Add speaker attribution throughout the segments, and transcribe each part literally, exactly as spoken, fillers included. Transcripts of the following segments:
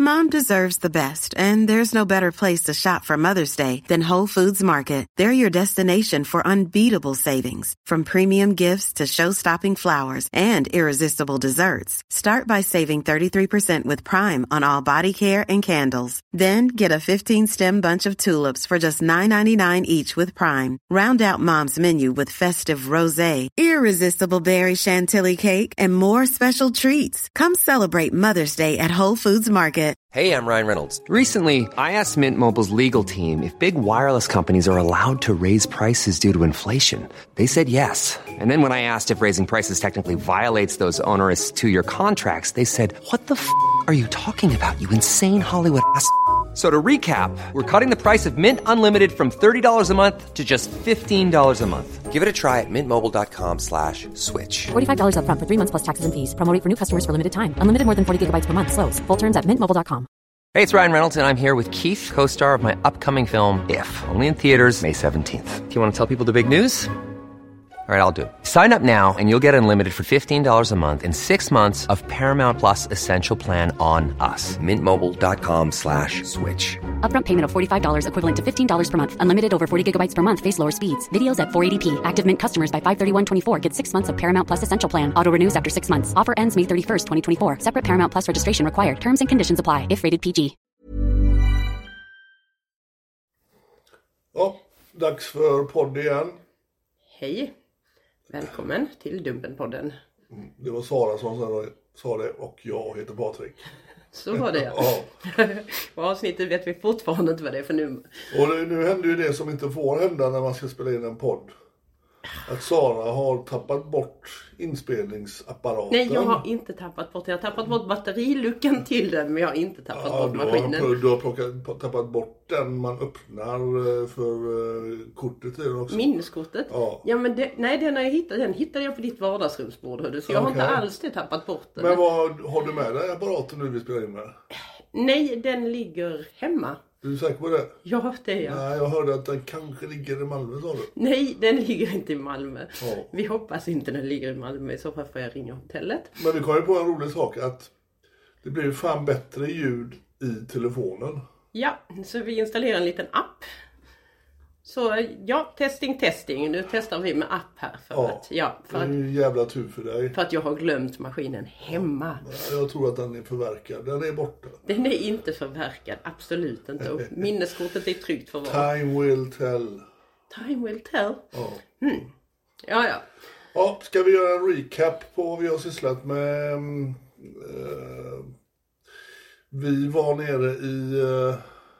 Speaker 1: Mom deserves the best, and there's no better place to shop for Mother's Day than Whole Foods Market. They're your destination for unbeatable savings, from premium gifts to show-stopping flowers and irresistible desserts. Start by saving thirty-three percent with Prime on all body care and candles. Then get a fifteen-stem bunch of tulips for just nine ninety-nine each with Prime. Round out Mom's menu with festive rosé, irresistible berry chantilly cake, and more special treats. Come celebrate Mother's Day at Whole Foods Market.
Speaker 2: Hey, I'm Ryan Reynolds. Recently, I asked Mint Mobile's legal team if big wireless companies are allowed to raise prices due to inflation. They said yes. And then when I asked if raising prices technically violates those onerous two-year contracts, they said, what the f*** are you talking about, you insane Hollywood ass f- So to recap, we're cutting the price of Mint Unlimited from thirty dollars a month to just fifteen dollars a month. Give it a try at mintmobile.com slash switch.
Speaker 3: forty-five dollars up front for three months plus taxes and fees. Promo rate for new customers for limited time. Unlimited more than forty gigabytes per month. Slows full terms at mint mobile dot com.
Speaker 2: Hey, it's Ryan Reynolds, and I'm here with Keith, co-star of my upcoming film, If, only in theaters May seventeenth. Do you want to tell people the big news? All right, I'll do it. Sign up now and you'll get unlimited for fifteen dollars a month and six months of Paramount Plus Essential Plan on us. Mintmobile.com slash switch.
Speaker 3: Upfront payment of forty-five dollars equivalent to fifteen dollars per month. Unlimited over forty gigabytes per month. Face lower speeds. Videos at four eighty p. Active Mint customers by five thirty-one twenty-four get six months of Paramount Plus Essential Plan. Auto renews after six months. Offer ends May thirty-first, twenty twenty-four. Separate Paramount Plus registration required. Terms and conditions apply if rated P G.
Speaker 4: Ja, dags för podd igen.
Speaker 5: Hej, välkommen till Dumpenpodden.
Speaker 4: Mm, det var Sara som sa det och jag heter Patrik.
Speaker 5: Så var det, ja. Och avsnittet vet vi fortfarande inte vad det är för nummer.
Speaker 4: Och nu händer ju det som inte får hända när man ska spela in en podd. Att Sara har tappat bort inspelningsapparaten.
Speaker 5: Nej, jag har inte tappat bort. Jag har tappat bort batteriluckan till den, men jag har inte tappat
Speaker 4: ja,
Speaker 5: bort
Speaker 4: du
Speaker 5: maskinen.
Speaker 4: Har, du har plockat, tappat bort den man öppnar för kortet i den också.
Speaker 5: Minneskortet?
Speaker 4: Ja.
Speaker 5: Ja, men det, nej, den har jag hittat. Den hittade jag på ditt vardagsrumsbord, hörde, så jag okay. har inte alls det tappat bort den.
Speaker 4: Men vad har du med dig apparaten nu vi spelar in med?
Speaker 5: Nej, den ligger hemma.
Speaker 4: Är du säker på det?
Speaker 5: Ja, det är jag.
Speaker 4: Nej, jag hörde att den kanske ligger i Malmö, sa du?
Speaker 5: Nej, den ligger inte i Malmö.
Speaker 4: Ja.
Speaker 5: Vi hoppas inte den ligger i Malmö, i så fall får jag ringa hotellet.
Speaker 4: Men vi kom ju på en rolig sak, att det blir ju fan bättre ljud i telefonen.
Speaker 5: Ja, så vi installerar en liten app. Så ja, testing, testing. Nu testar vi med app här. För
Speaker 4: ja,
Speaker 5: att, ja, för
Speaker 4: det är ju jävla tur för dig.
Speaker 5: För att jag har glömt maskinen hemma.
Speaker 4: Ja, jag tror att den är förverkad. Den är borta.
Speaker 5: Den är inte förverkad, absolut inte. Och minneskortet är tryggt för var.
Speaker 4: Time will tell.
Speaker 5: Time will tell?
Speaker 4: Ja.
Speaker 5: Hmm. Ja, ja.
Speaker 4: Ja, ska vi göra en recap på vad vi har sysslat med? Uh, vi var nere i... Uh,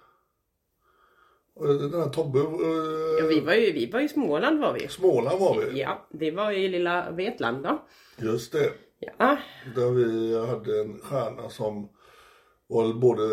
Speaker 4: Den här Tobbe... Uh,
Speaker 5: ja, vi var ju vi var i Småland var vi.
Speaker 4: Småland var vi.
Speaker 5: Ja, det var i lilla Vetlanda.
Speaker 4: Just det.
Speaker 5: Ja.
Speaker 4: Där vi hade en stjärna som var både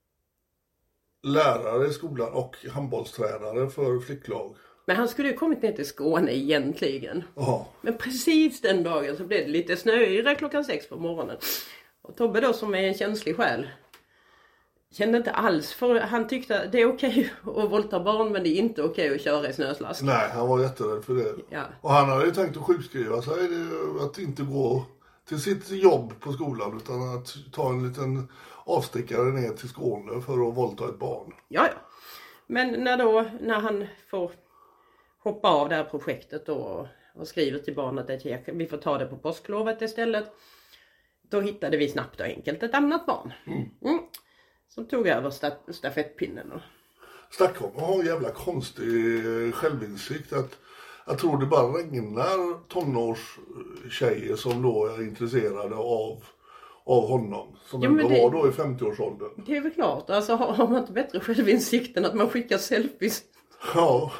Speaker 4: lärare i skolan och handbollstränare för flicklag.
Speaker 5: Men han skulle ju kommit ner till Skåne egentligen.
Speaker 4: Aha.
Speaker 5: Men precis den dagen så blev det lite snöyra klockan sex på morgonen. Och Tobbe då, som är en känslig själ, kände inte alls, för han tyckte att det är okej att volta barn, men det är inte okej att köra i snöslask.
Speaker 4: Nej, han var jätterädd för det.
Speaker 5: Ja.
Speaker 4: Och han hade ju tänkt att sjukskriva sig, att inte gå till sitt jobb på skolan, utan att ta en liten avstickare ner till Skåne för att volta ett barn.
Speaker 5: Ja, ja. Men när då, när han får hoppa av det här projektet då och skriver till barnet att vi får ta det på påsklovet istället, då hittade vi snabbt och enkelt ett annat barn. Mm. Mm. Som tog över sta- stafettpinnen. Och...
Speaker 4: Stockholm har en jävla konstig självinsikt. Att jag tror det bara regnar tonårstjejer som då är intresserade av, av honom. Som ja, ändå det, var då i femtioårsåldern.
Speaker 5: Det är väl klart. Alltså har, har man inte bättre självinsikt än att man skickar selfies?
Speaker 4: Ja.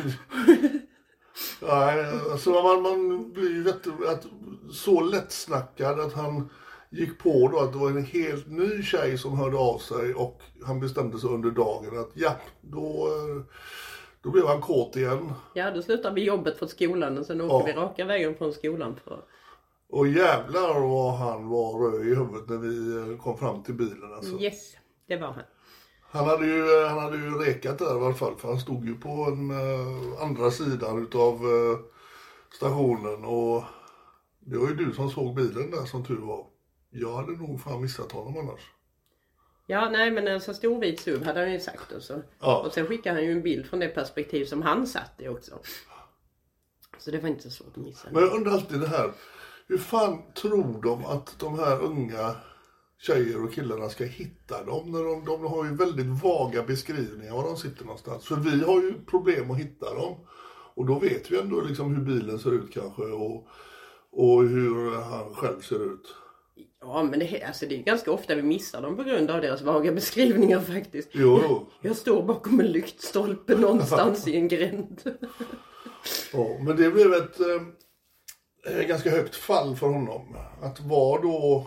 Speaker 4: Nej, alltså man, man blir ju vet, att, så lättsnackad att han... gick på då att det var en helt ny tjej som hörde av sig, och han bestämde sig under dagen att ja, då, då blev han kåt igen.
Speaker 5: Ja, då slutar vi jobbet från skolan och sen åker ja. vi raka vägen från skolan. För...
Speaker 4: Och jävlar vad han var röd i huvudet när vi kom fram till bilen. Alltså.
Speaker 5: Yes, det var han.
Speaker 4: Han hade ju, han hade ju rekat där i alla fall, för han stod ju på en uh, andra sidan utav uh, stationen, och det var ju du som såg bilen där som tur var. Jag hade nog fan missat honom annars.
Speaker 5: Ja, nej men en så stor vit sub hade han ju sagt och så. Ja. Och sen skickade han ju en bild från det perspektiv som han satt i också. Så det var inte så svårt att missa.
Speaker 4: Men jag undrar alltid det här. Hur fan tror de att de här unga tjejer och killarna ska hitta dem? När de, de har ju väldigt vaga beskrivningar var de sitter någonstans. För vi har ju problem att hitta dem. Och då vet vi ändå liksom hur bilen ser ut kanske. Och, och hur han själv ser ut.
Speaker 5: Ja, men det, alltså, det är ganska ofta vi missar dem på grund av deras vaga beskrivningar faktiskt.
Speaker 4: Jo, jo.
Speaker 5: Jag står bakom en lyktstolpe någonstans i en gränd.
Speaker 4: Ja, men det blev ett eh, ganska högt fall för honom. Att vara då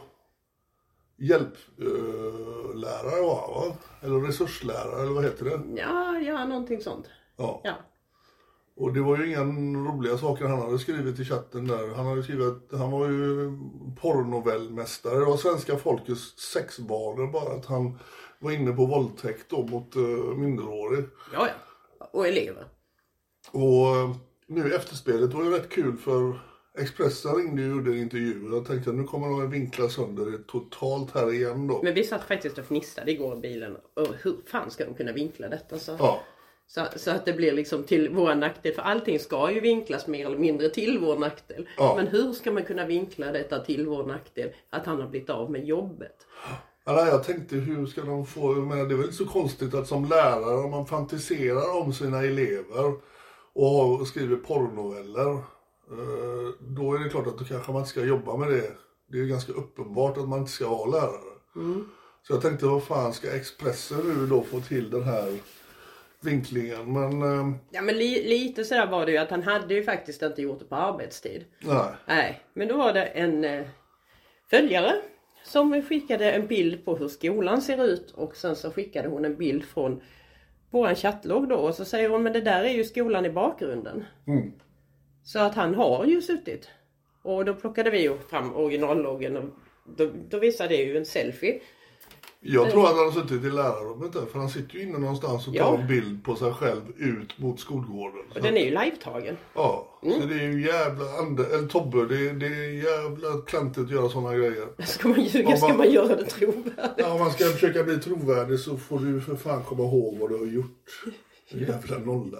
Speaker 4: hjälplärare, eh, va? Eller resurslärare, eller vad heter det?
Speaker 5: Ja, ja, någonting sånt.
Speaker 4: Ja.
Speaker 5: Ja.
Speaker 4: Och det var ju inga roliga saker han hade skrivit i chatten där. Han hade skrivit, han var ju porrnovellmästare. Det var svenska folkets sexvanor, bara att han var inne på våldtäkt då mot uh, minderårig.
Speaker 5: Ja, ja. Och elever.
Speaker 4: Och uh, nu efterspelet var ju rätt kul för Expressen ringde ju och gjorde en intervju. Jag tänkte att nu kommer de att vinkla sönder det totalt här igen då.
Speaker 5: Men vi satt faktiskt och fnissade igår i bilen. Och hur fan ska de kunna vinkla detta så?
Speaker 4: Ja.
Speaker 5: Så, så att det blir liksom till vår nackdel. För allting ska ju vinklas mer eller mindre till vår nackdel. Ja. Men hur ska man kunna vinkla detta till vår nackdel? Att han har blivit av med jobbet.
Speaker 4: Ja, jag tänkte hur ska de få... Jag menar, det är väl så konstigt att som lärare om man fantiserar om sina elever och skriver porrnoveller. Då är det klart att då kanske man inte ska jobba med det. Det är ju ganska uppenbart att man inte ska vara lärare. Mm. Så jag tänkte, vad fan ska Expressen nu då få till den här vinklingen, men... Eh...
Speaker 5: Ja, men li- lite sådär var det ju att han hade ju faktiskt inte gjort det på arbetstid.
Speaker 4: Nej.
Speaker 5: Nej, men då var det en eh, följare som skickade en bild på hur skolan ser ut och sen så skickade hon en bild från våran chattlogg då och så säger hon, men det där är ju skolan i bakgrunden. Mm. Så att han har ju suttit. Och då plockade vi ju fram originalloggen och då, då visade det ju en selfie.
Speaker 4: Jag tror att han har suttit i lärarrummet där, för han sitter ju inne någonstans och tar ja. en bild på sig själv ut mot skolgården.
Speaker 5: Och den är ju live-tagen.
Speaker 4: Ja, mm. så det är ju jävla, and- eller Tobbe, det, det är jävla klantigt att göra sådana grejer.
Speaker 5: Ska man ljuga, man, ska man göra det trovärdigt?
Speaker 4: Ja, om man ska försöka bli trovärdig så får du för fan komma ihåg vad du har gjort. Jävla nolla.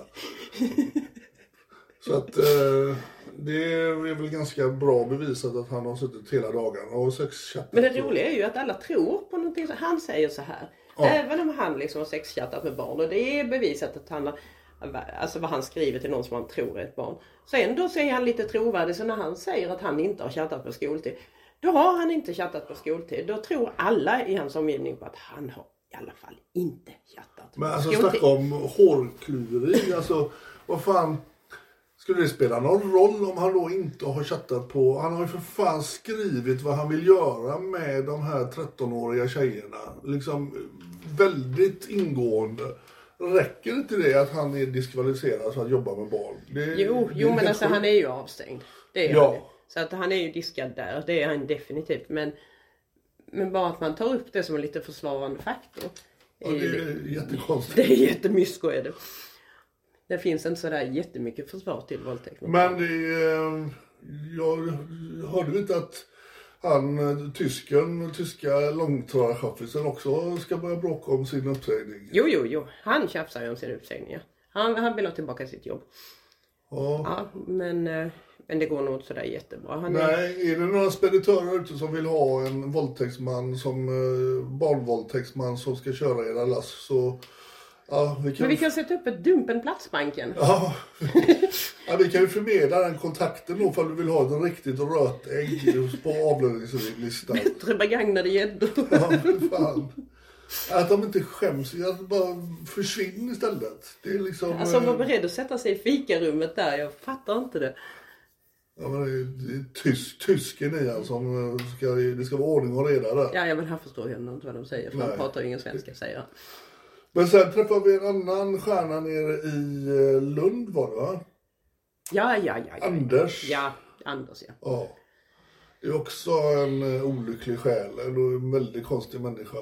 Speaker 4: Så att eh, det är väl ganska bra bevisat att han har suttit hela dagen och sexchattat.
Speaker 5: Men det roliga är ju att alla tror på någonting. Så han säger så här. Ja. Även om han liksom har sexchattat med barn och det är bevisat att han har, alltså vad han skriver till någon som han tror är ett barn. Så ändå så är han lite trovärdig. Så när han säger att han inte har chattat på skoltid, då har han inte chattat på skoltid. Då tror alla i hans omgivning på att han har i alla fall inte chattat på
Speaker 4: Men alltså
Speaker 5: skoltid.
Speaker 4: snacka om hårkluveri. Alltså vad fan... Skulle det spela någon roll om han då inte har chattat på... Han har ju för fan skrivit vad han vill göra med de här trettonåriga tjejerna. Liksom väldigt ingående. Räcker det till det att han är diskvalificerad för att jobba med barn? Det,
Speaker 5: jo,
Speaker 4: det
Speaker 5: jo men alltså han är ju avstängd. Det är
Speaker 4: ja.
Speaker 5: han ju. Så att han är ju diskad där. Det är han definitivt. Men, men bara att man tar upp det som en lite försvarande faktor.
Speaker 4: Ja, det är det, jättekonstigt.
Speaker 5: Det är jättemysko är det. Det finns inte sådär jättemycket försvar till våldtäkt.
Speaker 4: Men det, eh, jag hörde inte att han, tysken, tyska långtradarchaffisen också ska börja bråka om sin uppsägning.
Speaker 5: Jo, jo, jo. Han tjafsar ju om sin uppsägning. Ja. Han, han vill ha tillbaka sitt jobb. Ja. Ja men, men det går nog inte sådär jättebra. Han
Speaker 4: Nej, är... är det några speditörer ute som vill ha en våldtäktsman som barnvåldtäktsman som ska köra era lass så... Ja, vi kan...
Speaker 5: Men vi kan sätta upp ett Dumpenplatsbanken.
Speaker 4: Ja. Ja, vi kan ju förmedla den kontakten då för du vill ha ett riktigt rött ägg på avlöningslistan.
Speaker 5: Bättre begagnade gäddor.
Speaker 4: Ja, för fan. Att de inte skäms, att bara försvinner istället. Det är liksom...
Speaker 5: Alltså var beredd att sätta sig i fikarummet där, jag fattar inte det.
Speaker 4: Ja, men det är, det är tysk, tysken i han som ska, det ska vara ordning och reda där.
Speaker 5: Ja, ja men han förstår ju inte vad de säger, för Nej. han pratar ju ingen svenska, säger han.
Speaker 4: Men sen träffade vi en annan stjärna nere i Lund, var det va?
Speaker 5: Ja, ja, ja. ja.
Speaker 4: Anders.
Speaker 5: Ja, Anders, ja.
Speaker 4: Ja. Det är också en olycklig själ, en väldigt konstig människa.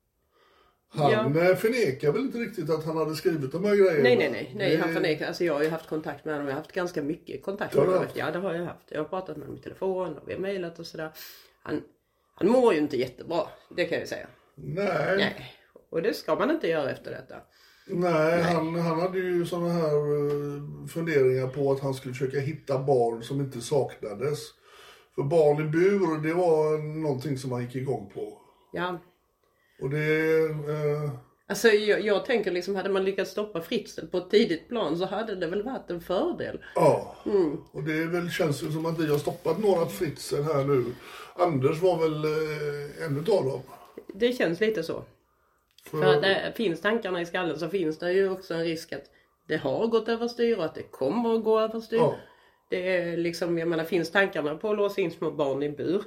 Speaker 4: Han ja. förnekar väl inte riktigt att han hade skrivit de här grejerna?
Speaker 5: Nej, nej, nej. nej han förnekar. Alltså jag har ju haft kontakt med honom. Jag har haft ganska mycket kontakt med honom. Ja, det har jag haft. Jag har pratat med honom i telefon och vi har mejlat och sådär. Han, han mår ju inte jättebra, det kan jag säga.
Speaker 4: Nej.
Speaker 5: Nej. Och det ska man inte göra efter detta.
Speaker 4: Nej,
Speaker 5: Nej.
Speaker 4: Han, han hade ju sådana här uh, funderingar på att han skulle försöka hitta barn som inte saknades. För barn i bur, det var någonting som han gick igång på.
Speaker 5: Ja.
Speaker 4: Och det... Uh...
Speaker 5: Alltså jag, jag tänker liksom, hade man lyckats stoppa Fritzl på ett tidigt plan så hade det väl varit en fördel.
Speaker 4: Ja,
Speaker 5: mm.
Speaker 4: och det väl, känns ju som att vi har stoppat några Fritzl här nu. Anders var väl uh, en utav dem.
Speaker 5: Det känns lite så. För, För att det finns tankarna i skallen så finns det ju också en risk att det har gått överstyr och att det kommer att gå överstyr. Ja. Det är liksom, jag menar, finns tankarna på att låsa in små barn i bur.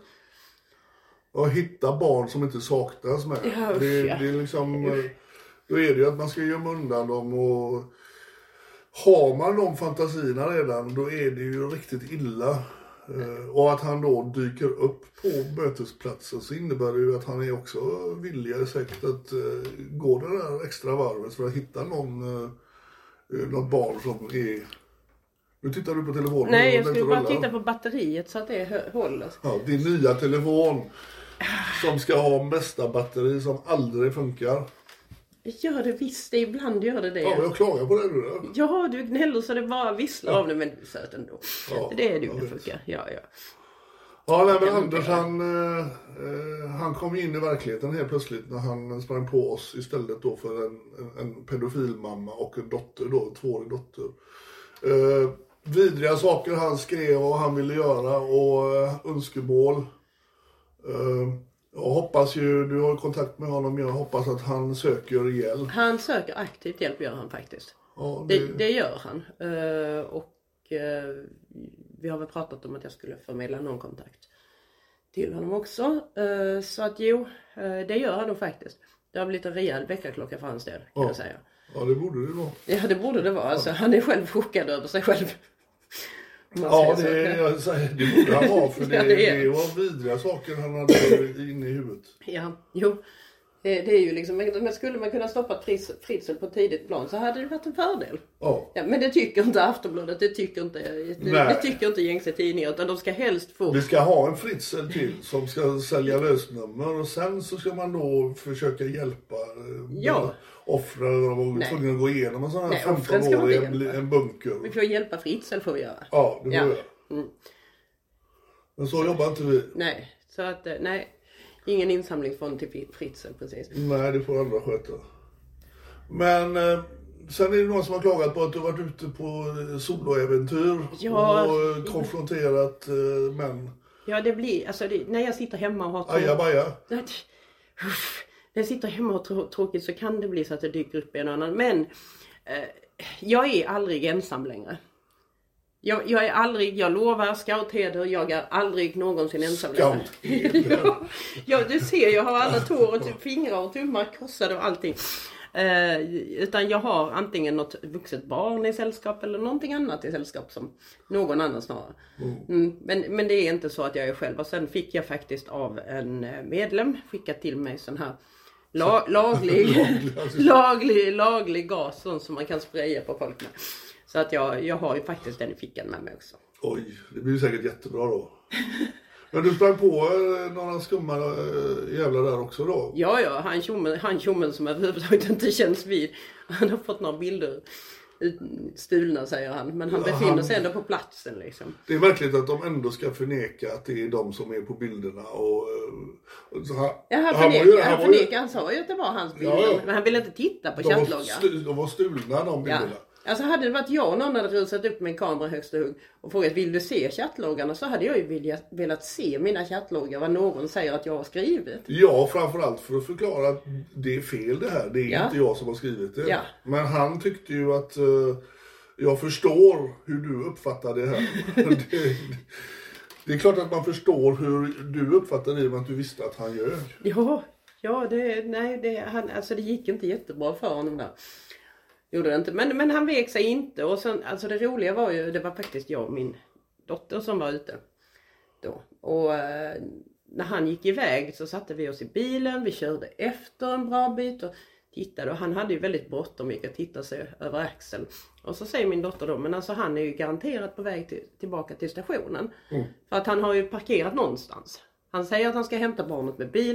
Speaker 4: Och hitta barn som inte saknas med.
Speaker 5: Ja, usch,
Speaker 4: det,
Speaker 5: ja.
Speaker 4: det är liksom, då är det ju att man ska gömma undan dem och har man de fantasierna redan då är det ju riktigt illa. Mm. Och att han då dyker upp på mötesplatsen så innebär det ju att han är också villig säkert att uh, gå det där extra varvet för att hitta någon, uh, något barn som är... Nu tittar du på telefonen.
Speaker 5: Nej, jag skulle bara titta på batteriet så att det håller.
Speaker 4: Ja, din nya telefon som ska ha bästa batteri som aldrig funkar.
Speaker 5: Gör det visst, ibland gör det det.
Speaker 4: Ja, jag klagar på det nu då.
Speaker 5: Ja, du gnäller så det bara visslar ja. av det, men du är söt ändå. Ja, det är du ju funkar. Ja, ja.
Speaker 4: Ja, nej, men Anders han, eh, han kom in i verkligheten helt plötsligt när han sprang på oss istället då för en, en pedofilmamma och en dotter då, en tvåårig dotter. Eh, vidriga saker han skrev och han ville göra och eh, önskemål. Eh, jag hoppas ju, du har kontakt med honom, jag hoppas att han söker hjälp.
Speaker 5: Han söker aktivt hjälp, gör han faktiskt.
Speaker 4: Ja, det...
Speaker 5: Det, det gör han. Eh, och eh, vi har väl pratat om att jag skulle förmedla någon kontakt till honom också. Eh, så att jo, eh, det gör han nog faktiskt. Det har blivit en rejäl väckarklocka för hans del, kan
Speaker 4: ja.
Speaker 5: jag säga.
Speaker 4: Ja, det borde det vara.
Speaker 5: Ja, det borde det vara. Alltså, han är själv chockad över sig själv.
Speaker 4: Ja, det, jag säger, det borde han vara. För det, ja, det, det var vidriga saker han hade inne i huvudet.
Speaker 5: Ja, jo. Det, det är ju liksom, men skulle man kunna stoppa Fritzl på tidigt plan så hade det varit en fördel.
Speaker 4: Ja.
Speaker 5: Ja, men det tycker inte Aftonbladet, det tycker inte, det, det tycker inte gängse tidningar, utan de ska helst få...
Speaker 4: Vi ska ha en Fritzl till som ska sälja lösnummer och sen så ska man då försöka hjälpa
Speaker 5: ja.
Speaker 4: offren. De var tvungna att gå igenom en sån här
Speaker 5: Nej,
Speaker 4: femton år i en, en bunker.
Speaker 5: Vi får hjälpa Fritzl får vi göra.
Speaker 4: Ja, det får
Speaker 5: ja.
Speaker 4: vi göra. Mm. Men så jobbar inte vi.
Speaker 5: Nej, så att, nej. Ingen insamlingsfond till Fritzl, precis.
Speaker 4: Nej, det får andra sköta. Men eh, sen är det någon som har klagat på att du har varit ute på soloäventyr
Speaker 5: ja.
Speaker 4: och konfronterat eh, män.
Speaker 5: Ja, det blir, alltså det, när jag sitter hemma och har tråkigt.
Speaker 4: Ajabaja.
Speaker 5: När jag sitter hemma och har tråkigt så kan det bli så att det dyker upp en annan. Men eh, jag är aldrig ensam längre. Jag, jag är aldrig, jag lovar, scoutheder, jag är aldrig någonsin ensam längre. ja, ja, du ser, jag har alla tår och typ fingrar och tummar korsade och allting. Eh, utan jag har antingen något vuxet barn i sällskap eller någonting annat i sällskap som någon annan snarare. Mm, men, men det är inte så att jag är själv. Och sen fick jag faktiskt av en medlem skickat till mig sån här la, laglig, laglig, laglig gas sån som man kan spraya på folk med. Så att jag, jag har ju faktiskt den i fickan med mig också.
Speaker 4: Oj, det blir säkert jättebra då. Men du sprang på eh, några skumma eh, jävlar där också då?
Speaker 5: Ja, ja. Han tjommen, han tjommen som överhuvudtaget inte känns vid. Han har fått några bilder stulna, säger han. Men han befinner han, sig ändå på platsen liksom.
Speaker 4: Det är verkligen att de ändå ska förneka att det är de som är på bilderna. Och, och så han,
Speaker 5: ja, han förnekar. Han, han, förnekar, han sa ju att det var hans bilder. Ja, ja. Men han ville inte titta på chattloggar.
Speaker 4: De var stulna, de bilderna. Ja.
Speaker 5: Alltså hade det varit jag och någon hade rusat upp med en kamera högst hugg och frågat vill du se chattloggarna, så hade jag ju velat, velat se mina chattloggar, vad någon säger att jag har skrivit.
Speaker 4: Ja, framförallt för att förklara att det är fel det här. Det är ja. inte jag som har skrivit det. Ja. Men han tyckte ju att uh, jag förstår hur du uppfattar det här. det, det är klart att man förstår hur du uppfattar det, men att du visste att han ljög.
Speaker 5: Ja, ja det, nej, det, han, alltså det gick inte jättebra för honom där. Gjorde det inte. Men, men han vek sig inte. Och sen, alltså det roliga var ju, det var faktiskt jag och min dotter som var ute då. Och eh, när han gick iväg så satte vi oss i bilen. Vi körde efter en bra bit och tittade. Och han hade ju väldigt bråttom, gick att titta sig över axeln. Och så säger min dotter då, men alltså han är ju garanterat på väg till, tillbaka till stationen. Mm. För att han har ju parkerat någonstans. Han säger att han ska hämta barnet med bil.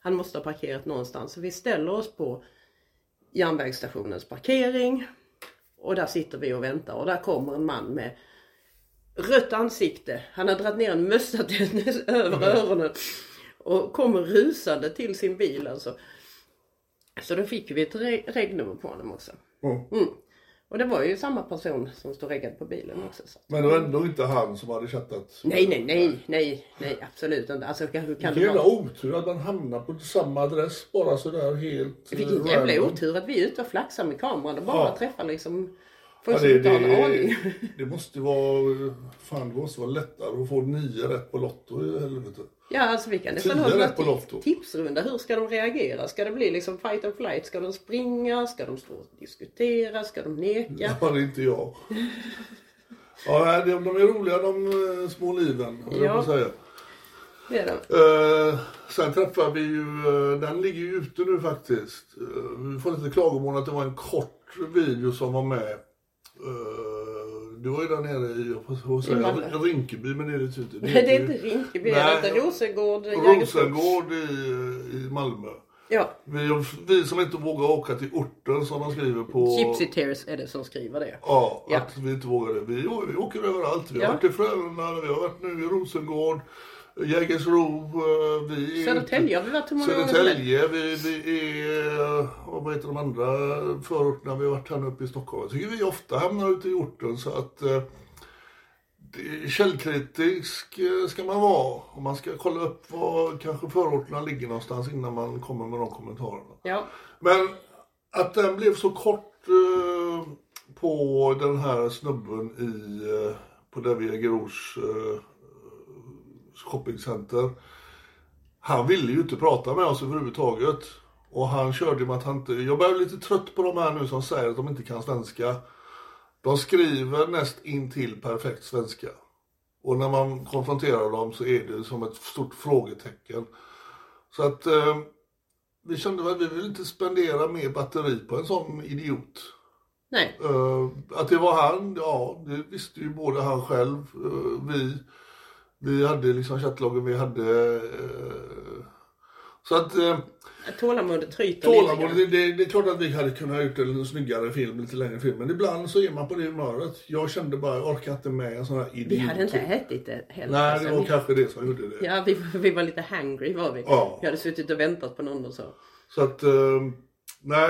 Speaker 5: Han måste ha parkerat någonstans. Så vi ställer oss på järnvägsstationens parkering. Och där sitter vi och väntar. Och där kommer en man med rött ansikte. Han har dragit ner en mössa över öronen. Och kommer rusande till sin bil alltså. Så då fick vi ett regnummer på honom också. Mm. Och det var ju samma person som stod reggad på bilen också. Så.
Speaker 4: Men det var ändå inte han som hade chattat?
Speaker 5: Nej, nej, nej, nej, nej, absolut inte. Alltså, hur kan
Speaker 4: det är
Speaker 5: det vara?
Speaker 4: otur att man hamnar på samma adress bara sådär helt...
Speaker 5: Vilken jävla otur att vi är ute och flaxar med kameran och bara ja. träffar liksom...
Speaker 4: Ja, det, det, det måste vara... Fan, det måste vara lättare att få nio rätt på Lotto i helvete.
Speaker 5: Ja, alltså vi kan nästan ha en tipsrunda. Hur ska de reagera? Ska det bli liksom fight or flight? Ska de springa? Ska de stå och diskutera? Ska de neka?
Speaker 4: Ja, det är inte jag. Ja, de är roliga de små liven, ja. Jag får säga.
Speaker 5: Det är de.
Speaker 4: Uh, sen träffar vi ju, uh, den ligger ju ute nu faktiskt. Uh, vi får lite klagomål att det var en kort video som var med. Uh, du var ju där nere i, hos, I Rinkeby, men det är det inte.
Speaker 5: Det är, det är inte Rinkeby, det är inte Rosengård.
Speaker 4: Rosengård i, i Malmö.
Speaker 5: Ja.
Speaker 4: Vi, vi som inte vågar åka till orten som de skriver på...
Speaker 5: Gypsy Tears är det som skriver det.
Speaker 4: Ja, ja. Att vi inte vågar det. Vi, vi åker överallt. Vi har ja. varit i Frölunda, vi har varit nu i Rosengård. Jägersro, vi
Speaker 5: Södertälje har vi varit hur många
Speaker 4: Södertälje, vi, vi är, vad heter de andra förorterna vi har varit här uppe i Stockholm. Jag tycker vi ofta hamnar ute i orten så att eh, källkritisk ska man vara. Och man ska kolla upp var kanske förorterna ligger någonstans innan man kommer med de kommentarerna.
Speaker 5: Ja.
Speaker 4: Men att den blev så kort eh, på den här snubben i, eh, på Davia Gerouge eh, shoppingcenter. Han ville ju inte prata med oss överhuvudtaget. Och han körde med att han inte... Jag börjar lite trött på de här nu som säger att de inte kan svenska. De skriver näst in till perfekt svenska. Och när man konfronterar dem så är det som ett stort frågetecken. Så att eh, vi kände att vi vill inte spendera mer batteri på en sån idiot.
Speaker 5: Nej.
Speaker 4: Eh, att det var han, ja, det visste ju både han själv, eh, vi... Vi hade liksom chattloggen, vi hade... Eh, så att... Eh,
Speaker 5: tålamodet tryter
Speaker 4: tålamodet, det, det, det är klart att vi hade kunnat ha gjort en snyggare film, lite längre film. Men ibland så är man på det humöret. Jag kände bara, jag orkar inte med en sån här idiot.
Speaker 5: Vi hade inte ätit det heller.
Speaker 4: Nej, det var alltså, kanske det som gjorde det.
Speaker 5: Ja, vi, vi var lite hungry var vi.
Speaker 4: Ja.
Speaker 5: Vi hade suttit och väntat på någon och så.
Speaker 4: Så att, eh, nej.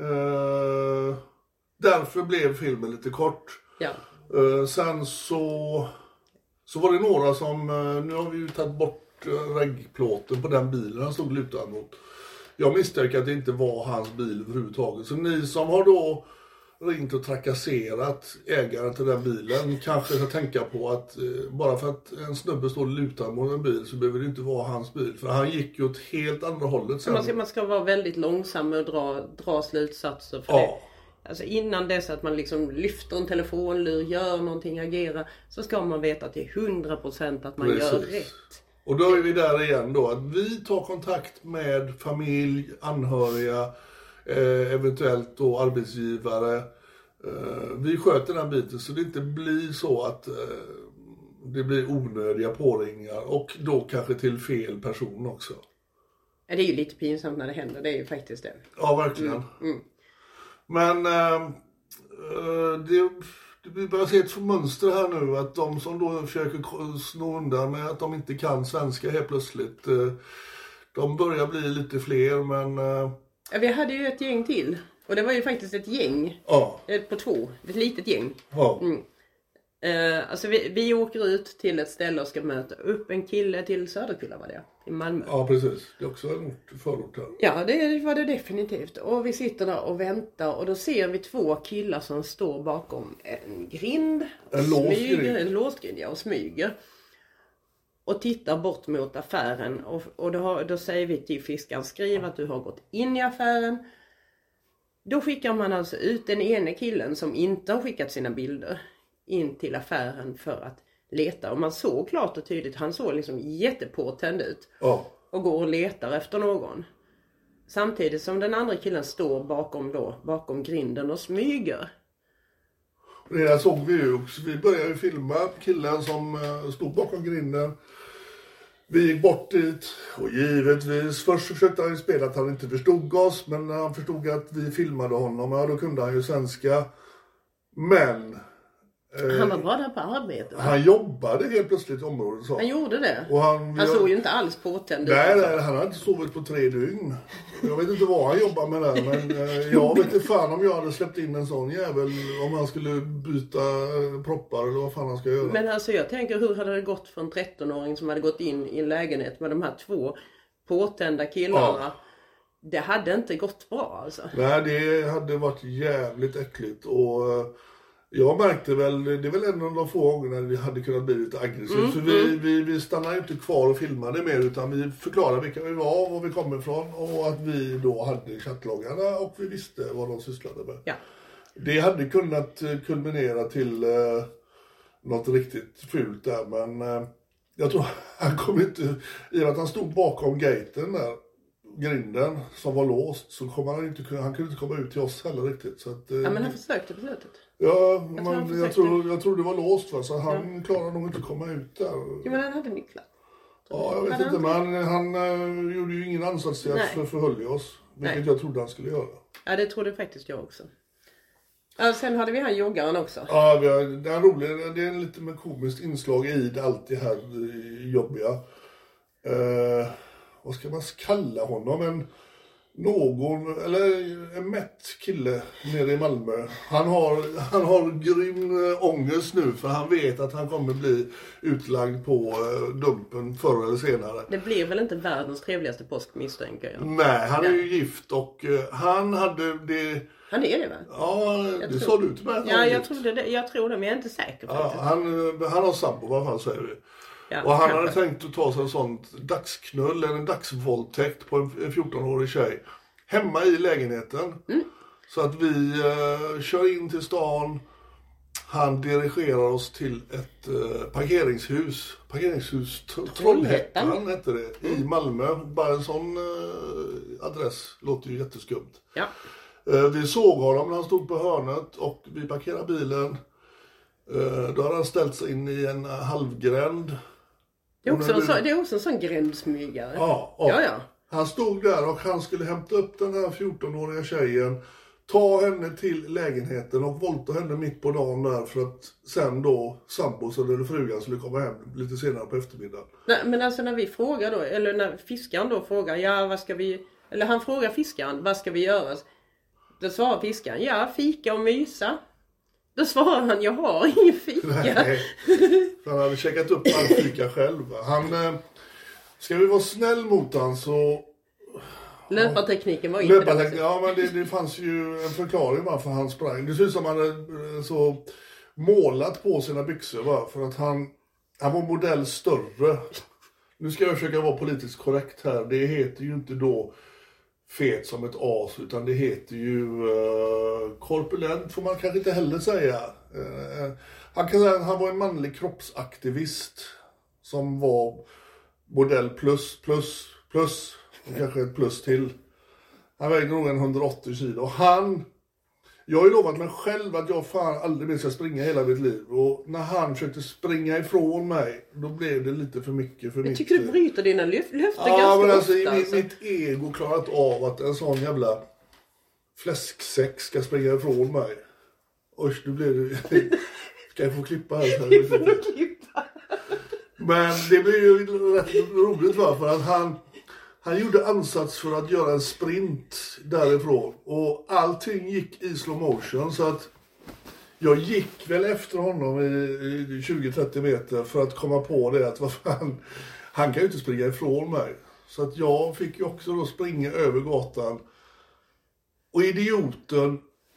Speaker 4: Eh, därför blev filmen lite kort.
Speaker 5: Ja.
Speaker 4: Eh, sen så... Så var det några som, nu har vi ju tagit bort reggplåten på den bilen han stod lutad mot. Jag misstänker att det inte var hans bil överhuvudtaget. Så ni som har då ringt och trakasserat ägaren till den bilen kanske ska tänka på att bara för att en snubbe står lutad mot en bil så behöver det inte vara hans bil. För han gick ju åt helt andra hållet sen.
Speaker 5: Man ska, man ska vara väldigt långsam och dra, dra slutsatser för
Speaker 4: ja.
Speaker 5: det. Alltså innan dess att man liksom lyfter en telefonlur, gör någonting, agerar, så ska man veta till hundra procent att man Precis. Gör rätt.
Speaker 4: Och då är vi där igen då, att vi tar kontakt med familj, anhöriga, eh, eventuellt då arbetsgivare. Eh, vi sköter den biten så det inte blir så att eh, det blir onödiga påringningar och då kanske till fel person också.
Speaker 5: Det är ju lite pinsamt när det händer, det är ju faktiskt det.
Speaker 4: Ja, verkligen.
Speaker 5: Mm. Mm.
Speaker 4: Men äh, det, det börjar se ett mönster här nu att de som då försöker snå undan med att de inte kan svenska helt plötsligt, äh, de börjar bli lite fler men... Äh...
Speaker 5: Ja, vi hade ju ett gäng till och det var ju faktiskt ett gäng
Speaker 4: ja.
Speaker 5: på två, ett litet gäng.
Speaker 4: Ja.
Speaker 5: Mm. Uh, alltså vi, vi åker ut till ett ställe och ska möta upp en kille till Söderkulla var det, i Malmö.
Speaker 4: Ja precis, det är också en ort, förort här.
Speaker 5: Ja det var det definitivt. Och vi sitter där och väntar och då ser vi två killar som står bakom en grind.
Speaker 4: En låst grind.
Speaker 5: En låst grind, ja, och smyger. Och tittar bort mot affären och, och då, då säger vi till fiskaren, skriv att du har gått in i affären. Då skickar man alltså ut den ene killen som inte har skickat sina bilder in till affären för att leta. Och man såg klart och tydligt, han såg liksom jättepåtänd ut.
Speaker 4: Ja.
Speaker 5: Och går och letar efter någon. Samtidigt som den andra killen står bakom då, bakom grinden och smyger.
Speaker 4: Redan såg vi ju också, vi började ju filma killen som uh, stod bakom grinden. Vi gick bort dit och givetvis, först försökte han ju spela att han inte förstod oss, men när han förstod att vi filmade honom, ja då kunde han ju svenska. Men...
Speaker 5: Eh, han var bara där på arbete, va?
Speaker 4: Han jobbade helt plötsligt i området. Så.
Speaker 5: Han gjorde det?
Speaker 4: Och han,
Speaker 5: han såg ju inte alls påtänd.
Speaker 4: Nej, nej, han har inte sovit på tre dygn. Jag vet inte vad han jobbar med där, men eh, jag vet inte fan om jag hade släppt in en sån jävel, om han skulle byta proppar eller vad fan han ska göra.
Speaker 5: Men alltså jag tänker, hur hade det gått för en tretton-åring som hade gått in i en lägenhet med de här två påtända killarna? Ja. Det hade inte gått bra alltså.
Speaker 4: Nej, det hade varit jävligt äckligt. Och jag märkte väl, det är väl en av de få gångerna vi hade kunnat bli lite aggressivt. Mm, för vi, mm. vi, vi stannade inte kvar och filmade mer, utan vi förklarade vilka vi var, var vi kommer ifrån. Och att vi då hade chattloggarna och vi visste vad de sysslade med.
Speaker 5: Ja.
Speaker 4: Det hade kunnat kulminera till eh, något riktigt fult där, men eh, jag tror han kom inte, i och att han stod bakom gaten där, grinden som var låst, så kom han inte, han kunde inte komma ut till oss heller riktigt. Så att, eh,
Speaker 5: ja, men han försökte på slutet.
Speaker 4: Ja, jag, man, tror, jag, tror, jag tror det var låst, va? Så han ja. klarade nog inte att komma ut där.
Speaker 5: Jo, men han hade nycklar.
Speaker 4: Ja, jag vet inte, men han, han uh, gjorde ju ingen ansats till att för, förhölja oss. Vilket Nej. jag trodde han skulle göra.
Speaker 5: Ja, det trodde faktiskt jag också. Ja, sen hade vi han joggaren också.
Speaker 4: Ja, vi har, det är en rolig, det är en lite med komiskt inslag i det, allt det här jobbiga. Uh, vad ska man kalla honom? En, någon, eller en mätt kille nere i Malmö. Han har, han har grym ångest nu, för han vet att han kommer bli utlagd på uh, dumpen förr eller senare.
Speaker 5: Det blir väl inte världens trevligaste påsk, misstänker jag.
Speaker 4: Nej, han är ju gift och uh, han hade det...
Speaker 5: Han är det, va?
Speaker 4: Ja,
Speaker 5: jag
Speaker 4: det
Speaker 5: tror...
Speaker 4: sa du till mig.
Speaker 5: Ja, jag tror det, jag tror det, men jag är inte säker på
Speaker 4: ja,
Speaker 5: det.
Speaker 4: Han, han har sambo, vad fan säger vi? Ja, och han kanske. hade tänkt att ta sig en sån dagsknull eller en dagsvåldtäkt på en fjorton-årig tjej hemma i lägenheten. Mm. Så att vi uh, kör in till stan. Han dirigerar oss till ett uh, parkeringshus. Parkeringshus Trollhättan hette det. Mm. I Malmö. Bara en sån uh, adress låter ju jätteskumt.
Speaker 5: Ja.
Speaker 4: Uh, vi såg honom när han stod på hörnet och vi parkerade bilen. Uh, då hade han ställt sig in i en halvgränd.
Speaker 5: Det är också, en, så, det är också en sån grändsmygare.
Speaker 4: Ja, ja, ja. Han stod där och han skulle hämta upp den här fjorton-åriga tjejen, ta henne till lägenheten och volta henne mitt på dagen där, för att sen då sambos eller frugan skulle komma hem lite senare på eftermiddagen.
Speaker 5: Nej, men alltså när vi frågar då, eller när fiskaren då frågar, ja vad ska vi, eller han frågar fiskaren, vad ska vi göra? Då svarar fiskaren, ja fika och mysa. Då svarar han, jag har ingen fika.
Speaker 4: Nej, han hade checkat upp all fika själv. Han, eh, ska vi vara snäll mot han så...
Speaker 5: Löpartekniken var inte
Speaker 4: Löparteknik, ja, men det, det fanns ju en förklaring varför han sprang. Det ser ut som han hade så målat på sina byxor, va? För att han, han var modell större. Nu ska jag försöka vara politiskt korrekt här. Det heter ju inte då fet som ett as, utan det heter ju uh, korpulent, får man kanske inte heller säga. Uh, han kan säga att han var en manlig kroppsaktivist som var modell plus, plus, plus, och kanske ett plus till. Han vägde nog en hundraåttio kilo. Han, jag har ju lovat mig själv att jag fan aldrig mer ska springa hela mitt liv. Och när han försökte springa ifrån mig, då blev det lite för mycket för
Speaker 5: jag
Speaker 4: mitt...
Speaker 5: tycker du bryter dina löften ja, ganska
Speaker 4: Ja, men alltså,
Speaker 5: ofta.
Speaker 4: Alltså. Mitt ego klarat av att en sån jävla fläsksäck ska springa ifrån mig. Usch, nu blir det... Ska jag få klippa här? Så
Speaker 5: Du får klippa.
Speaker 4: Men det blir ju rätt roligt, va? För att han... Han gjorde ansats för att göra en sprint därifrån. Och allting gick i slow motion. Så att jag gick väl efter honom i, i tjugo till trettio meter för att komma på det. Att vad fan, han kan ju inte springa ifrån mig. Så att jag fick ju också då springa över gatan. Och idioten,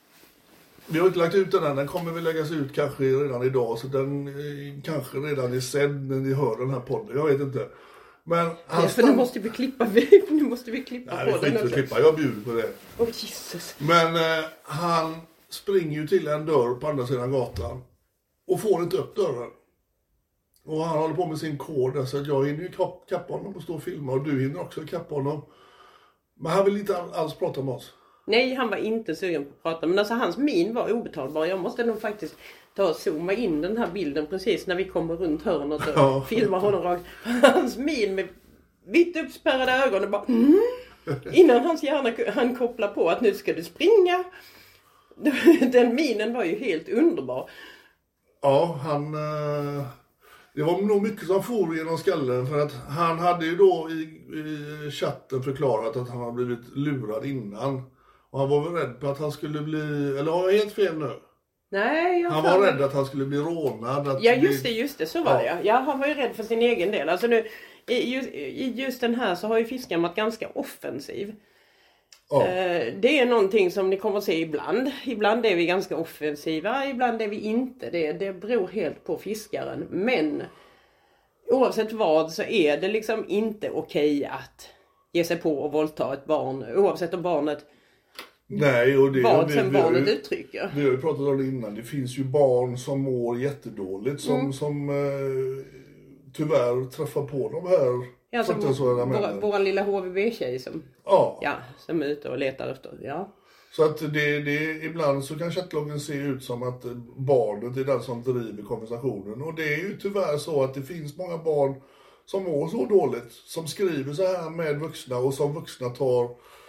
Speaker 4: vi har inte lagt ut den än. Den kommer vi läggas ut kanske redan idag. Så den eh, kanske redan är sedd när ni hör den här podden. Jag vet inte. Men han
Speaker 5: ja, för nu måste vi klippa, nu måste vi klippa
Speaker 4: Nej,
Speaker 5: på
Speaker 4: vi får
Speaker 5: den
Speaker 4: inte
Speaker 5: också.
Speaker 4: klippa, jag bjuder på det.
Speaker 5: Åh, oh, Jesus.
Speaker 4: Men eh, han springer ju till en dörr på andra sidan gatan och får inte upp dörren. Och han håller på med sin kod där, så att jag hinner ju kappa honom och stå och filma, och du hinner också kappa honom. Men han vill inte alls prata med oss.
Speaker 5: Nej, han var inte sugen på att prata. Men alltså hans min var obetalbar. Jag måste nog faktiskt ta och zooma in den här bilden precis när vi kommer runt hörnet och
Speaker 4: ja.
Speaker 5: filmar honom rakt. Hans min med vitt uppspärrade ögon och bara... Mm. Innan hans hjärna han kopplar på att nu ska du springa. Den minen var ju helt underbar.
Speaker 4: Ja, han... Det var nog mycket som for genom skallen för att han hade ju då i, i chatten förklarat att han hade blivit lurad innan. Och han var väl rädd på att han skulle bli... Eller har jag helt fel nu?
Speaker 5: Nej, jag
Speaker 4: Han var rädd att han skulle bli rånad. Att
Speaker 5: ja, just det, just det. Så var
Speaker 4: ja.
Speaker 5: det. Ja, han var ju rädd för sin egen del. Alltså nu, i just, i just den här så har ju fiskaren varit ganska offensiv.
Speaker 4: Ja.
Speaker 5: Det är någonting som ni kommer att se ibland. Ibland är vi ganska offensiva, ibland är vi inte. Det, det beror helt på fiskaren. Men oavsett vad så är det liksom inte okej att ge sig på och våldta ett barn. Oavsett om barnet
Speaker 4: Nej, och det,
Speaker 5: vad
Speaker 4: vi,
Speaker 5: sen
Speaker 4: vi,
Speaker 5: barnet
Speaker 4: vi,
Speaker 5: uttrycker.
Speaker 4: Vi har ju pratat om det innan. Det finns ju barn som mår jättedåligt. Som, mm. som eh, tyvärr träffar på de här...
Speaker 5: Ja, som vår, vår lilla H V B-tjej som,
Speaker 4: ja.
Speaker 5: Ja, som är ute och letar efter. Ja.
Speaker 4: Så att det, det, ibland så kan chattloggen se ut som att barnet är den som driver konversationen. Och det är ju tyvärr så att det finns många barn som mår så dåligt. Som skriver så här med vuxna och som vuxna tar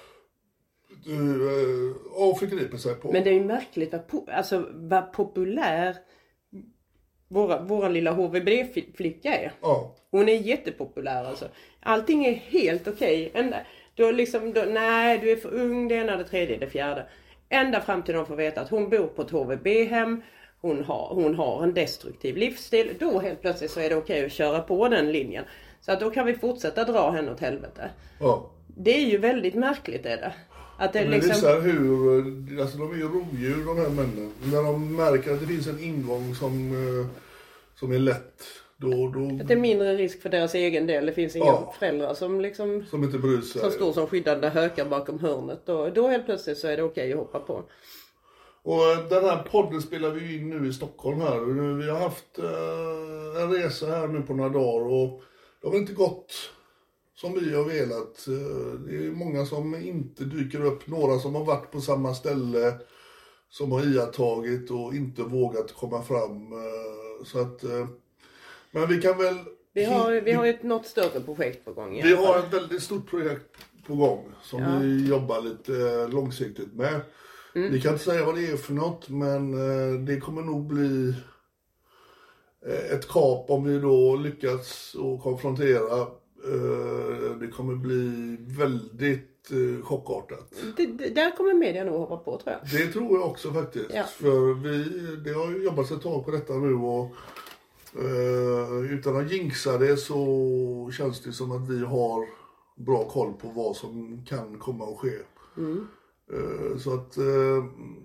Speaker 4: uh, och förgriper sig på.
Speaker 5: Men det är ju märkligt vad, po- alltså, vad populär våra, våra lilla H V B-flicka är.
Speaker 4: Ja.
Speaker 5: Hon är jättepopulär alltså. Allting är helt okej. Ända, då liksom, då, nej du är för ung, det ena, det tredje, det fjärde. Ända fram till de får veta att hon bor på ett H V B-hem. Hon har, hon har en destruktiv livsstil. Då helt plötsligt så är det okej att köra på den linjen. Så att då kan vi fortsätta dra henne åt helvete.
Speaker 4: Ja.
Speaker 5: Det är ju väldigt märkligt är det. Att det
Speaker 4: Men
Speaker 5: liksom...
Speaker 4: visar hur, alltså de är ju rovdjur de här männen. När de märker att det finns en ingång som, som är lätt. Då, då...
Speaker 5: Att det är mindre risk för deras egen del. Det finns inga
Speaker 4: ja.
Speaker 5: föräldrar som liksom...
Speaker 4: Som inte bryr sig.
Speaker 5: Som står som skyddande hökar bakom hörnet. Då, då helt plötsligt så är det okej att hoppa på.
Speaker 4: Och den här podden spelar vi in nu i Stockholm här. Vi har haft uh, en resa här nu på några dagar. Och det har inte gått som vi har velat. Det är många som inte dyker upp. Några som har varit på samma ställe. Som har iakttagit och inte vågat komma fram. Så att... Men vi kan väl...
Speaker 5: Vi har, vi har ett något större projekt på gång.
Speaker 4: Vi har ett väldigt stort projekt på gång. Som
Speaker 5: ja.
Speaker 4: vi jobbar lite långsiktigt med. Mm. Vi kan inte säga vad det är för något. Men det kommer nog bli ett kap om vi då lyckas och konfrontera. Det kommer bli väldigt chockartat.
Speaker 5: Det, det, där kommer media nog hoppa på tror jag.
Speaker 4: Det tror jag också faktiskt. Ja. För vi det har ju jobbat ett tag på detta nu och uh, utan att jinxa det så känns det som att vi har bra koll på vad som kan komma att ske. Mm. Uh, så att uh,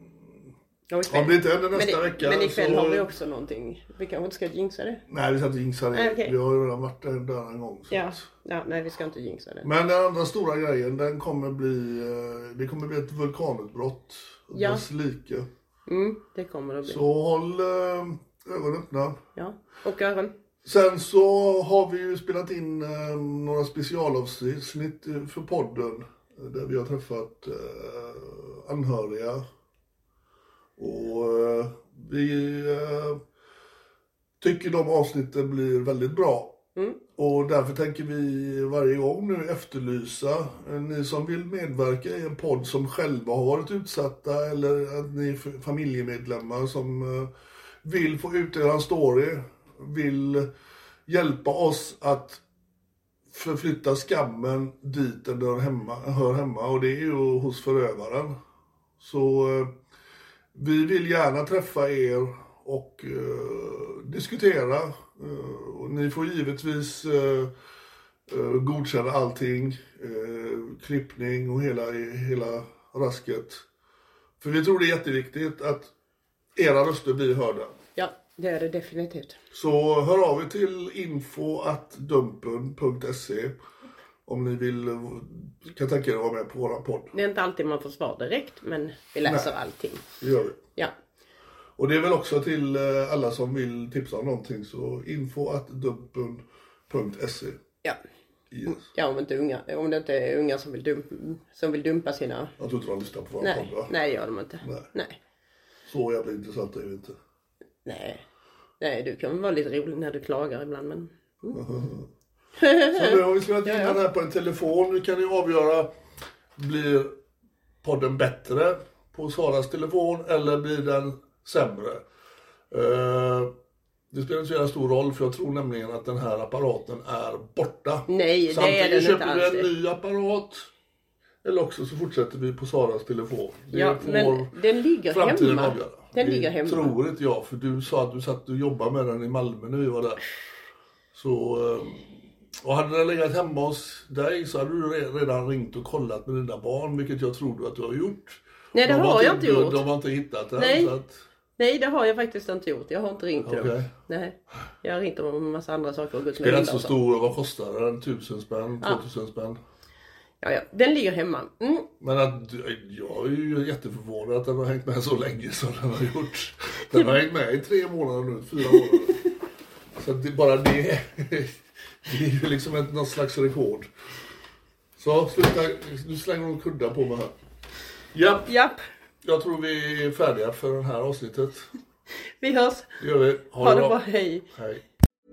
Speaker 4: om det inte händer nästa
Speaker 5: men,
Speaker 4: vecka
Speaker 5: men ikväll
Speaker 4: så...
Speaker 5: har vi också någonting. Vi kanske inte ska jinxa det.
Speaker 4: Nej, vi ska inte jinxa det.
Speaker 5: Nej, okay.
Speaker 4: Vi har ju redan varit där, där en gång. Så
Speaker 5: ja.
Speaker 4: att...
Speaker 5: ja, nej vi ska inte jinxa det.
Speaker 4: Men den andra stora grejen, den kommer bli, det kommer bli ett vulkanutbrott.
Speaker 5: Ja.
Speaker 4: Dess like.
Speaker 5: Mm, det kommer det bli.
Speaker 4: Så håll äh, ögonen öppna.
Speaker 5: Ja, och öron.
Speaker 4: Sen så har vi ju spelat in äh, några specialavsnitt för podden. Där vi har träffat äh, anhöriga. Och äh, vi äh, tycker de avsnitten blir väldigt bra. Mm. Och därför tänker vi varje gång nu efterlysa ni som vill medverka i en podd som själva har varit utsatta eller att ni är familjemedlemmar som vill få ut er story, vill hjälpa oss att förflytta skammen dit den hör hemma, hör hemma och det är ju hos förövaren. Så vi vill gärna träffa er och uh, diskutera. Uh, och ni får givetvis uh, uh, godkänna allting. Uh, klippning och hela, hela rasket. För vi tror det är jätteviktigt att era röster blir hörda.
Speaker 5: Ja, det är det definitivt.
Speaker 4: Så hör av er till info at dumpen punkt se om ni vill kan tänka er att vara med på våran podd.
Speaker 5: Det är inte alltid man får svar direkt, men vi läser Nej, allting.
Speaker 4: Det gör vi.
Speaker 5: Ja.
Speaker 4: Och det är väl också till alla som vill tipsa om någonting så info at dumpen punkt se.
Speaker 5: Ja.
Speaker 4: Yes.
Speaker 5: Ja, om, inte unga, om det inte är unga som vill, dump, som vill dumpa sina...
Speaker 4: Jag tror inte de lyssnar på våra
Speaker 5: Nej,
Speaker 4: poddar.
Speaker 5: nej det gör de inte.
Speaker 4: Nej.
Speaker 5: nej.
Speaker 4: Så jävla intressant är det inte.
Speaker 5: Nej. Nej, du kan vara lite rolig när du klagar ibland, men... Mm.
Speaker 4: Så nu har vi spelat in den här på en telefon. Nu kan ni avgöra, blir podden bättre på Saras telefon eller blir den sämre? Uh, det spelar inte så jävla stor roll, för jag tror nämligen att den här apparaten är borta.
Speaker 5: Nej, det
Speaker 4: samtidigt
Speaker 5: är den inte alls.
Speaker 4: köper vi en ny apparat. Eller också så fortsätter vi på Saras telefon. Det
Speaker 5: ja, men den ligger hemma.
Speaker 4: Avgöra.
Speaker 5: Den
Speaker 4: det
Speaker 5: ligger hemma.
Speaker 4: tror inte jag, för du sa att du satt och jobbade med den i Malmö när vi var där. Så, och hade den legat hemma hos dig så hade du redan ringt och kollat med dina barn, vilket jag tror att du har gjort.
Speaker 5: Nej, det
Speaker 4: de
Speaker 5: har jag inte gjort.
Speaker 4: De har inte hittat den.
Speaker 5: Nej.
Speaker 4: Så att...
Speaker 5: Nej, det har jag faktiskt inte gjort. Jag har inte ringt till
Speaker 4: okay.
Speaker 5: dem. Nej, jag har ringt om en massa andra saker. Och gått
Speaker 4: det är inte så stor. Vad kostar den? Tusen spänn? Ja. Tvåtusen spänn?
Speaker 5: Ja, ja. Den ligger hemma. Mm.
Speaker 4: Men att, jag är ju jätteförvånad att den har hängt med så länge som den har gjort. Den har hängt med i tre månader nu, fyra månader. Så det bara det, det är ju liksom ett, något slags rekord. Så sluta, nu slänger de kuddar på mig här. Japp.
Speaker 5: Japp.
Speaker 4: Jag tror vi är färdiga för det här avsnittet.
Speaker 5: Vi hörs.
Speaker 4: Det gör vi. Ha,
Speaker 5: ha
Speaker 4: det
Speaker 5: det
Speaker 4: bra.
Speaker 5: bra. Hej.
Speaker 4: Hej.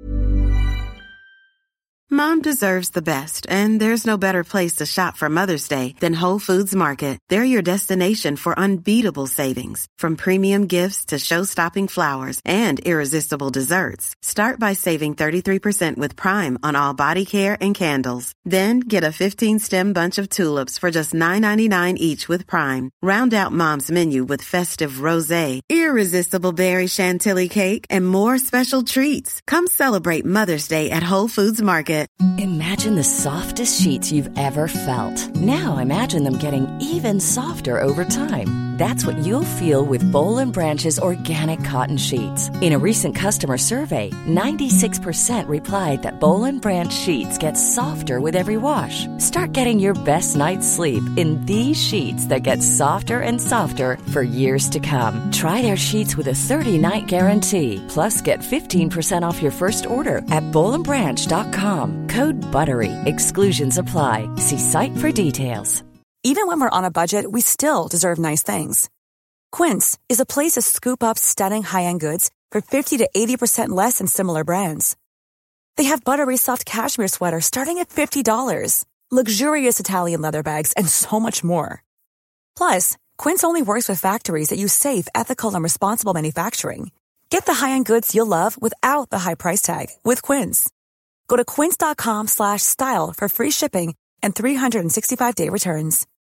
Speaker 1: Mom deserves the best, and there's no better place to shop for Mother's Day than Whole Foods Market. They're your destination for unbeatable savings, from premium gifts to show-stopping flowers and irresistible desserts. Start by saving thirty-three percent with Prime on all body care and candles. Then get a fifteen-stem bunch of tulips for just nine ninety-nine each with Prime. Round out Mom's menu with festive rosé, irresistible berry chantilly cake, and more special treats. Come celebrate Mother's Day at Whole Foods Market.
Speaker 6: Imagine the softest sheets you've ever felt. Now imagine them getting even softer over time. That's what you'll feel with Boll and Branch's organic cotton sheets. In a recent customer survey, ninety-six percent replied that Boll and Branch sheets get softer with every wash. Start getting your best night's sleep in these sheets that get softer and softer for years to come. Try their sheets with a thirty-night guarantee. Plus, get fifteen percent off your first order at boll and branch dot com. Code BUTTERY. Exclusions apply. See site for details.
Speaker 7: Even when we're on a budget, we still deserve nice things. Quince is a place to scoop up stunning high-end goods for fifty to eighty percent less than similar brands. They have buttery soft cashmere sweaters starting at fifty dollars, luxurious Italian leather bags, and so much more. Plus, Quince only works with factories that use safe, ethical, and responsible manufacturing. Get the high-end goods you'll love without the high price tag with Quince. Go to quince dot com slash style for free shipping and three sixty-five day returns.